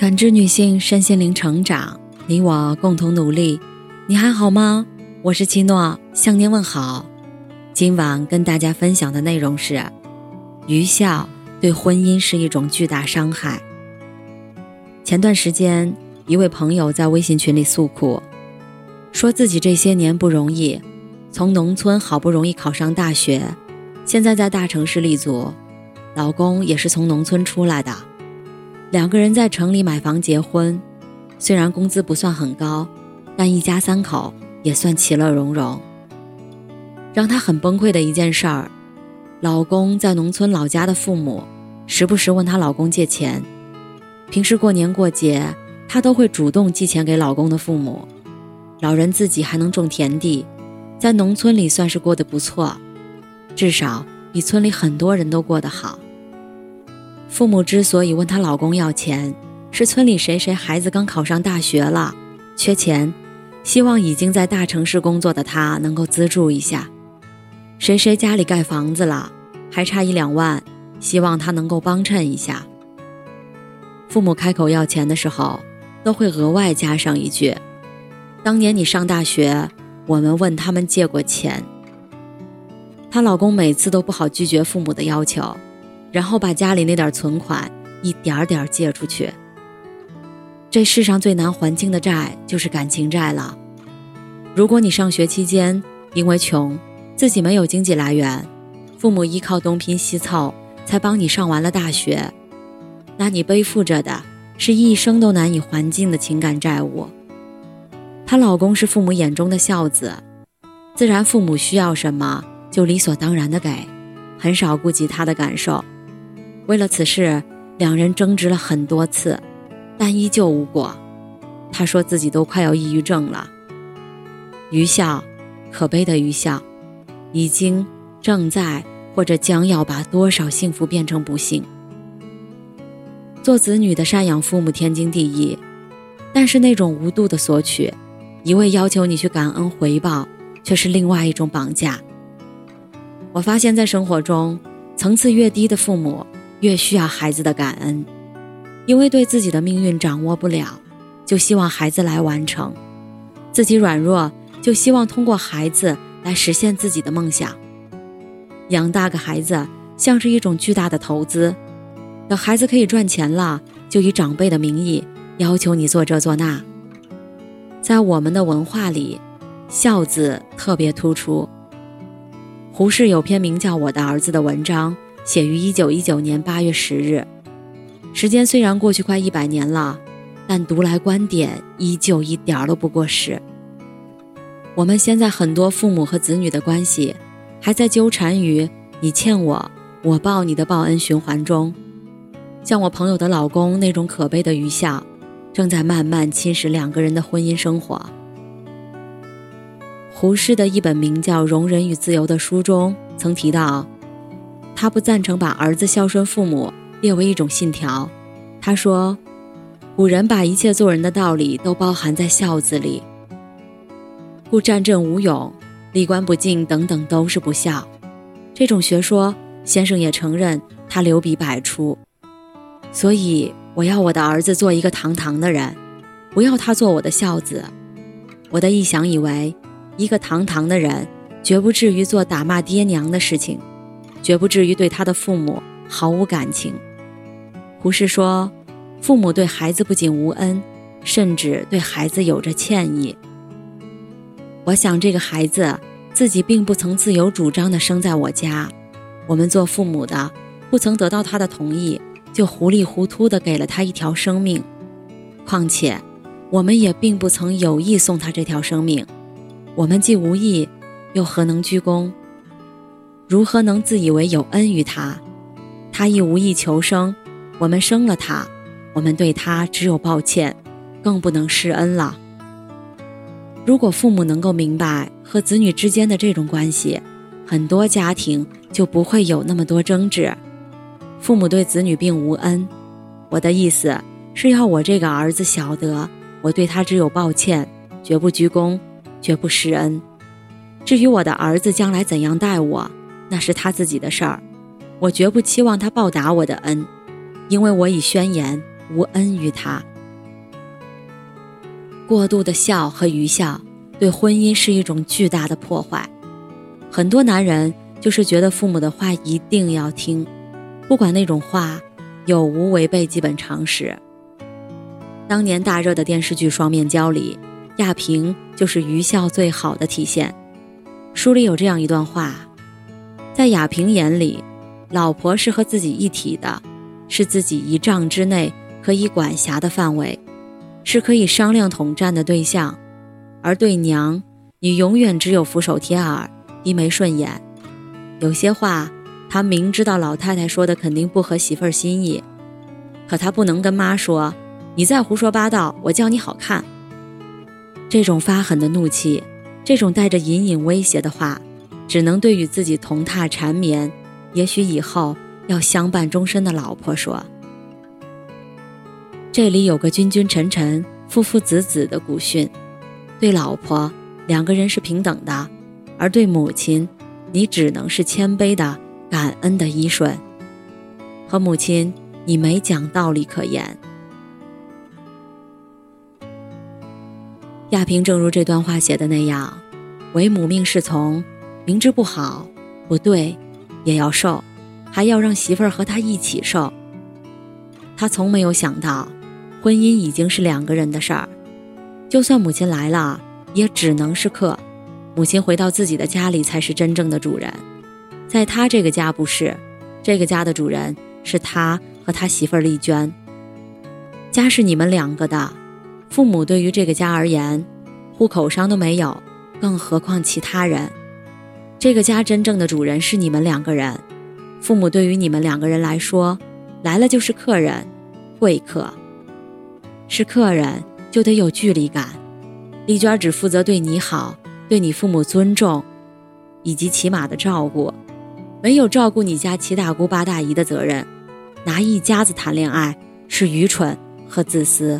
感知女性身心灵成长，你我共同努力。你还好吗？我是七诺，向您问好。今晚跟大家分享的内容是：愚孝对婚姻是一种巨大伤害。前段时间，一位朋友在微信群里诉苦，说自己这些年不容易，从农村好不容易考上大学，现在在大城市立足，老公也是从农村出来的。2个人在城里买房结婚，虽然工资不算很高，但一家3口也算其乐融融。让她很崩溃的一件事儿，老公在农村老家的父母时不时问她老公借钱，平时过年过节她都会主动寄钱给老公的父母。老人自己还能种田地，在农村里算是过得不错，至少比村里很多人都过得好。父母之所以问她老公要钱，是村里谁谁孩子刚考上大学了，缺钱，希望已经在大城市工作的他能够资助一下。谁谁家里盖房子了，还差1-2万，希望他能够帮衬一下。父母开口要钱的时候，都会额外加上一句：当年你上大学，我们问他们借过钱。她老公每次都不好拒绝父母的要求，然后把家里那点存款一点点借出去。这世上最难还清的债就是感情债了。如果你上学期间因为穷，自己没有经济来源，父母依靠东拼西凑才帮你上完了大学，那你背负着的是一生都难以还清的情感债务。她老公是父母眼中的孝子，自然父母需要什么就理所当然地给，很少顾及她的感受。为了此事，2人争执了很多次，但依旧无果。她说自己都快要抑郁症了。愚孝，可悲的愚孝，已经、正在或者将要把多少幸福变成不幸。做子女的赡养父母天经地义，但是那种无度的索取，一味要求你去感恩回报，却是另外一种绑架。我发现在生活中，层次越低的父母越需要孩子的感恩，因为对自己的命运掌握不了，就希望孩子来完成，自己软弱，就希望通过孩子来实现自己的梦想。养大个孩子像是一种巨大的投资，等孩子可以赚钱了，就以长辈的名义要求你做这做那。在我们的文化里，孝字特别突出。胡适有篇名叫《我的儿子》的文章，写于1919年8月10日。时间虽然过去快100年了，但读来观点依旧一点都不过时。我们现在很多父母和子女的关系，还在纠缠于你欠我，我报你的报恩循环中。像我朋友的老公那种可悲的愚孝，正在慢慢侵蚀2个人的婚姻生活。胡适的一本名叫《容忍与自由》的书中曾提到，他不赞成把儿子孝顺父母列为一种信条。他说，古人把一切做人的道理都包含在孝字里，故战阵无勇，历官不敬等等都是不孝。这种学说，先生也承认他流笔百出。所以我要我的儿子做一个堂堂的人，不要他做我的孝子。我的臆想以为，一个堂堂的人绝不至于做打骂爹娘的事情，绝不至于对他的父母毫无感情。胡适说，父母对孩子不仅无恩，甚至对孩子有着歉意。我想这个孩子自己并不曾自由主张地生在我家，我们做父母的不曾得到他的同意，就糊里糊涂地给了他一条生命。况且我们也并不曾有意送他这条生命，我们既无意，又何能居功？如何能自以为有恩于他？他亦无意求生，我们生了他，我们对他只有抱歉，更不能施恩了。如果父母能够明白和子女之间的这种关系，很多家庭就不会有那么多争执。父母对子女并无恩，我的意思是要我这个儿子晓得，我对他只有抱歉，绝不居功，绝不施恩。至于我的儿子将来怎样待我，那是他自己的事儿，我绝不期望他报答我的恩，因为我已宣言无恩于他。 过度的孝和愚孝对婚姻是一种巨大的破坏。很多男人就是觉得父母的话一定要听，不管那种话有无违背基本常识。当年大热的电视剧《双面胶》里，亚萍就是愚孝最好的体现。书里有这样一段话，在亚萍眼里，老婆是和自己一体的，是自己1丈之内可以管辖的范围，是可以商量统战的对象。而对娘，你永远只有俯首帖耳，低眉顺眼。有些话他明知道老太太说的肯定不合媳妇儿心意，可他不能跟妈说，你再胡说八道，我叫你好看。这种发狠的怒气，这种带着隐隐威胁的话，只能对与自己同榻缠绵，也许以后要相伴终身的老婆说。这里有个君君臣臣父父子子的古训，对老婆2个人是平等的，而对母亲你只能是谦卑的感恩的依顺。和母亲你没讲道理可言。亚萍正如这段话写的那样，为母命是从，明知不好不对也要受，还要让媳妇儿和他一起受。他从没有想到婚姻已经是2个人的事儿，就算母亲来了也只能是客，母亲回到自己的家里才是真正的主人。在他这个家不是，这个家的主人是他和他媳妇儿丽娟。家是你们2个的，父母对于这个家而言户口上都没有，更何况其他人。这个家真正的主人是你们2个人，父母对于你们2个人来说，来了就是客人，贵客。是客人就得有距离感，丽娟只负责对你好，对你父母尊重以及起码的照顾，没有照顾你家7大姑8大姨的责任。拿一家子谈恋爱是愚蠢和自私。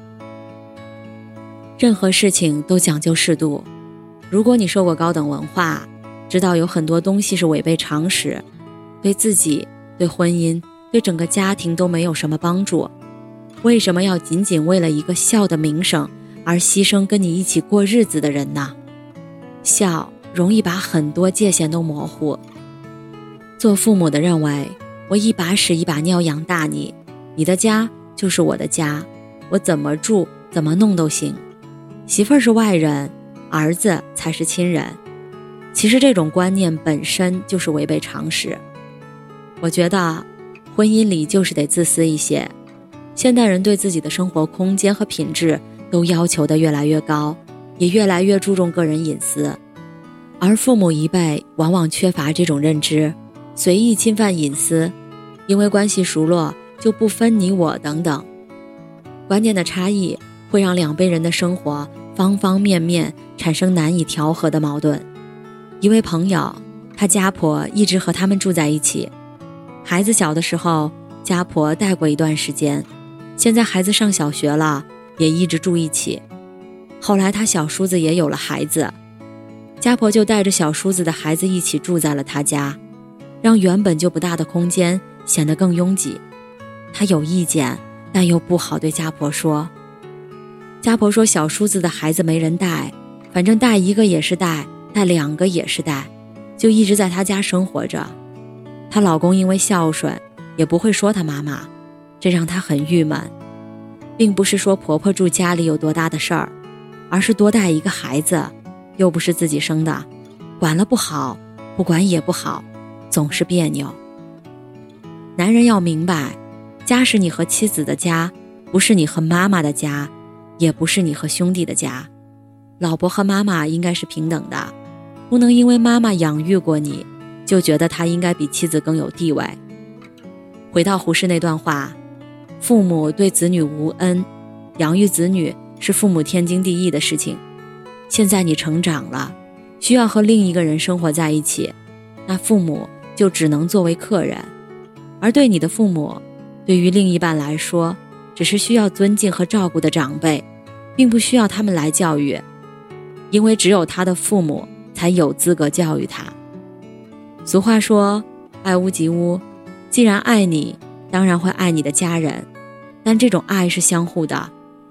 任何事情都讲究适度，如果你受过高等文化，知道有很多东西是违背常识，对自己、对婚姻、对整个家庭都没有什么帮助。为什么要仅仅为了一个孝的名声而牺牲跟你一起过日子的人呢？孝容易把很多界限都模糊。做父母的认为，我一把屎一把尿养大你，你的家就是我的家，我怎么住怎么弄都行。媳妇儿是外人，儿子才是亲人。其实这种观念本身就是违背常识。我觉得婚姻里就是得自私一些。现代人对自己的生活空间和品质都要求得越来越高，也越来越注重个人隐私。而父母一辈往往缺乏这种认知，随意侵犯隐私，因为关系熟络就不分你我等等。观念的差异会让2辈人的生活方方面面产生难以调和的矛盾。一位朋友，他家婆一直和他们住在一起，孩子小的时候家婆带过一段时间，现在孩子上小学了也一直住一起。后来他小叔子也有了孩子，家婆就带着小叔子的孩子一起住在了他家，让原本就不大的空间显得更拥挤。他有意见，但又不好对家婆说。家婆说小叔子的孩子没人带，反正带1个也是带，带2个也是带，就一直在他家生活着。她老公因为孝顺也不会说她妈妈，这让她很郁闷。并不是说婆婆住家里有多大的事儿，而是多带1个孩子，又不是自己生的，管了不好，不管也不好，总是别扭。男人要明白，家是你和妻子的家，不是你和妈妈的家，也不是你和兄弟的家。老婆和妈妈应该是平等的，不能因为妈妈养育过你，就觉得她应该比妻子更有地位。回到胡适那段话，父母对子女无恩，养育子女是父母天经地义的事情。现在你成长了，需要和另一个人生活在一起，那父母就只能作为客人。而对你的父母，对于另一半来说，只是需要尊敬和照顾的长辈，并不需要他们来教育，因为只有他的父母才有资格教育他。俗话说，爱屋及乌，既然爱你，当然会爱你的家人，但这种爱是相互的，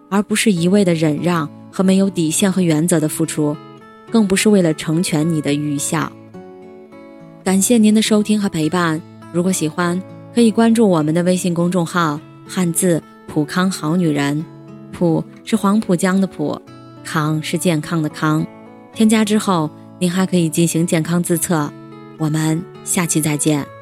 而不是一味的忍让和没有底线和原则的付出，更不是为了成全你的愚孝。感谢您的收听和陪伴，如果喜欢，可以关注我们的微信公众号汉字普康好女人，普是黄浦江的浦，康是健康的康。添加之后，您还可以进行健康自测。我们下期再见。